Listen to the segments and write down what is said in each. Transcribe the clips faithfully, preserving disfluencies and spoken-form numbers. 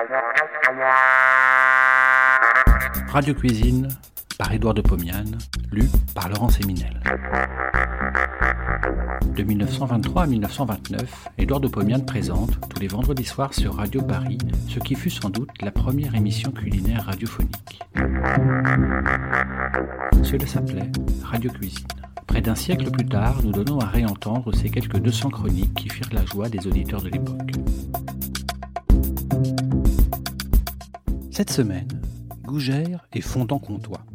Radio Cuisine par Édouard de Pomiane, lu par Laurent Séminel. De mille neuf cent vingt-trois à mille neuf cent vingt-neuf, Édouard de Pomiane présente, tous les vendredis soirs sur Radio Paris, ce qui fut sans doute la première émission culinaire radiophonique. Cela s'appelait Radio Cuisine. Près d'un siècle plus tard, nous donnons à réentendre ces quelques deux cents chroniques qui firent la joie des auditeurs de l'époque. Cette semaine, gougère et fondant comtois.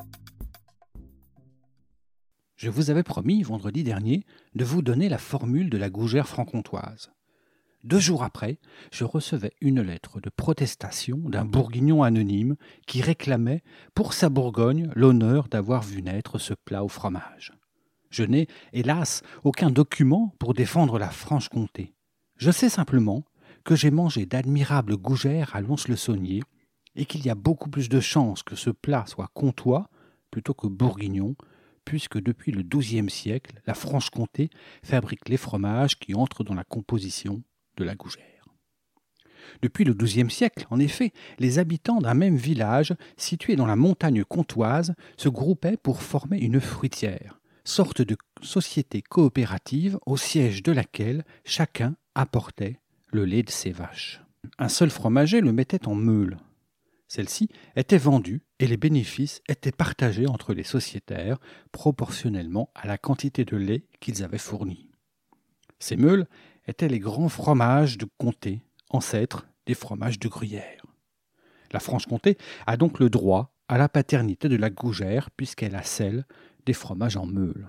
Je vous avais promis, vendredi dernier, de vous donner la formule de la gougère franc-comtoise. Deux jours après, je recevais une lettre de protestation d'un bourguignon anonyme qui réclamait, pour sa Bourgogne, l'honneur d'avoir vu naître ce plat au fromage. Je n'ai, hélas, aucun document pour défendre la Franche-Comté. Je sais simplement que j'ai mangé d'admirables gougères à Lons-le-Saunier et qu'il y a beaucoup plus de chances que ce plat soit comtois plutôt que bourguignon, puisque depuis le douzième siècle, la Franche-Comté fabrique les fromages qui entrent dans la composition de la gougère. Depuis le douzième siècle, en effet, les habitants d'un même village, situé dans la montagne comtoise, se groupaient pour former une fruitière, sorte de société coopérative au siège de laquelle chacun apportait le lait de ses vaches. Un seul fromager le mettait en meule. Celle-ci était vendue et les bénéfices étaient partagés entre les sociétaires proportionnellement à la quantité de lait qu'ils avaient fourni. Ces meules étaient les grands fromages de comté, ancêtres des fromages de Gruyère. La Franche-Comté a donc le droit à la paternité de la gougère puisqu'elle a celle des fromages en meule.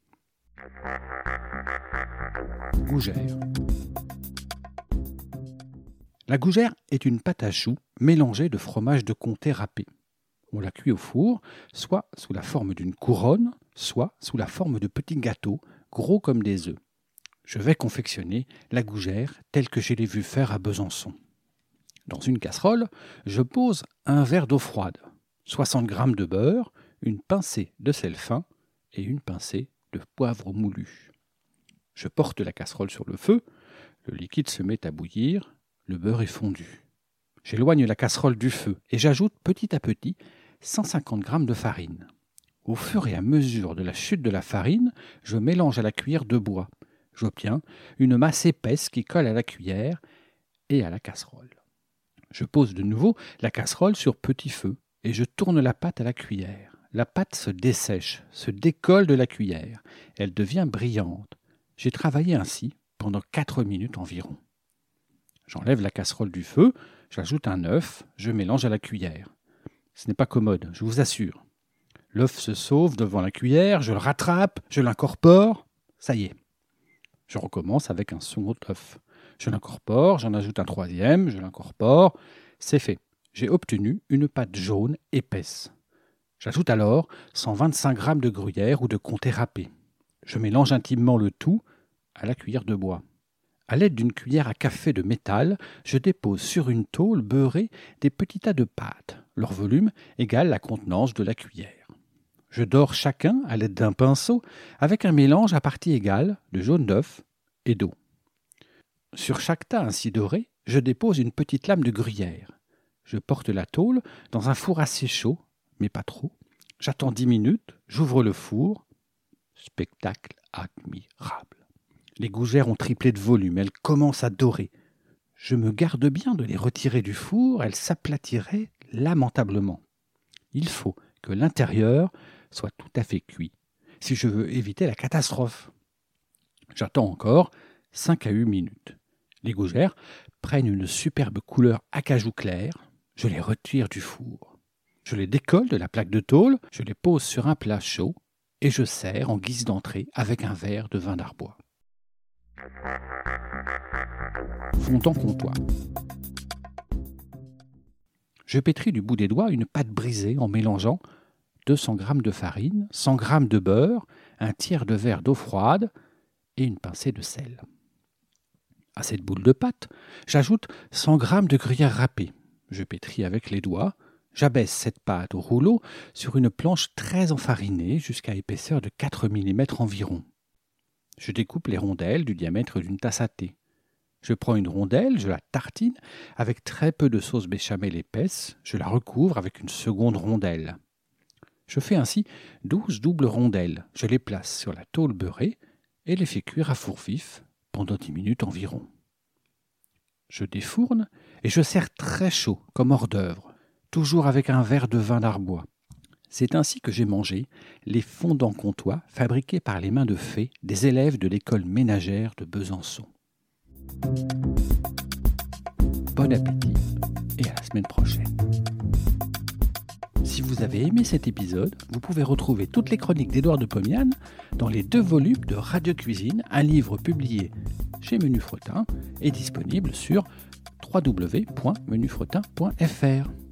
Gougère. La gougère est une pâte à choux mélangée de fromage de comté râpé. On la cuit au four, soit sous la forme d'une couronne, soit sous la forme de petits gâteaux, gros comme des œufs. Je vais confectionner la gougère telle que je l'ai vue faire à Besançon. Dans une casserole, je pose un verre d'eau froide, soixante grammes de beurre, une pincée de sel fin et une pincée de poivre moulu. Je porte la casserole sur le feu, le liquide se met à bouillir, le beurre est fondu. J'éloigne la casserole du feu et j'ajoute petit à petit cent cinquante grammes de farine. Au fur et à mesure de la chute de la farine, je mélange à la cuillère de bois. J'obtiens une masse épaisse qui colle à la cuillère et à la casserole. Je pose de nouveau la casserole sur petit feu et je tourne la pâte à la cuillère. La pâte se dessèche, se décolle de la cuillère. Elle devient brillante. J'ai travaillé ainsi pendant quatre minutes environ. J'enlève la casserole du feu, j'ajoute un œuf, je mélange à la cuillère. Ce n'est pas commode, je vous assure. L'œuf se sauve devant la cuillère, je le rattrape, je l'incorpore, ça y est. Je recommence avec un second œuf. Je l'incorpore, j'en ajoute un troisième, je l'incorpore, c'est fait. J'ai obtenu une pâte jaune épaisse. J'ajoute alors cent vingt-cinq grammes de gruyère ou de comté râpé. Je mélange intimement le tout à la cuillère de bois. À l'aide d'une cuillère à café de métal, je dépose sur une tôle beurrée des petits tas de pâtes. Leur volume égale la contenance de la cuillère. Je dore chacun à l'aide d'un pinceau avec un mélange à partie égale de jaune d'œuf et d'eau. Sur chaque tas ainsi doré, je dépose une petite lame de gruyère. Je porte la tôle dans un four assez chaud, mais pas trop. J'attends dix minutes, j'ouvre le four. Spectacle admirable. Les gougères ont triplé de volume, elles commencent à dorer. Je me garde bien de les retirer du four, elles s'aplatiraient lamentablement. Il faut que l'intérieur soit tout à fait cuit, si je veux éviter la catastrophe. J'attends encore cinq à huit minutes. Les gougères prennent une superbe couleur acajou clair, je les retire du four. Je les décolle de la plaque de tôle, je les pose sur un plat chaud et je sers en guise d'entrée avec un verre de vin d'Arbois. Fondant comtois. Je pétris du bout des doigts une pâte brisée en mélangeant deux cents grammes de farine, cent grammes de beurre, un tiers de verre d'eau froide et une pincée de sel. À cette boule de pâte, j'ajoute cent grammes de gruyère râpée. Je pétris avec les doigts, j'abaisse cette pâte au rouleau sur une planche très enfarinée jusqu'à épaisseur de quatre millimètres environ. Je découpe les rondelles du diamètre d'une tasse à thé. Je prends une rondelle, je la tartine avec très peu de sauce béchamel épaisse, je la recouvre avec une seconde rondelle. Je fais ainsi douze doubles rondelles, je les place sur la tôle beurrée et les fais cuire à four vif pendant dix minutes environ. Je défourne et je sers très chaud comme hors d'œuvre, toujours avec un verre de vin d'Arbois. C'est ainsi que j'ai mangé les fondants comtois fabriqués par les mains de fées des élèves de l'école ménagère de Besançon. Bon appétit et à la semaine prochaine. Si vous avez aimé cet épisode, vous pouvez retrouver toutes les chroniques d'Édouard de Pomian dans les deux volumes de Radio Cuisine, un livre publié chez Menu Fretin et disponible sur w w w point menu fretin point f r.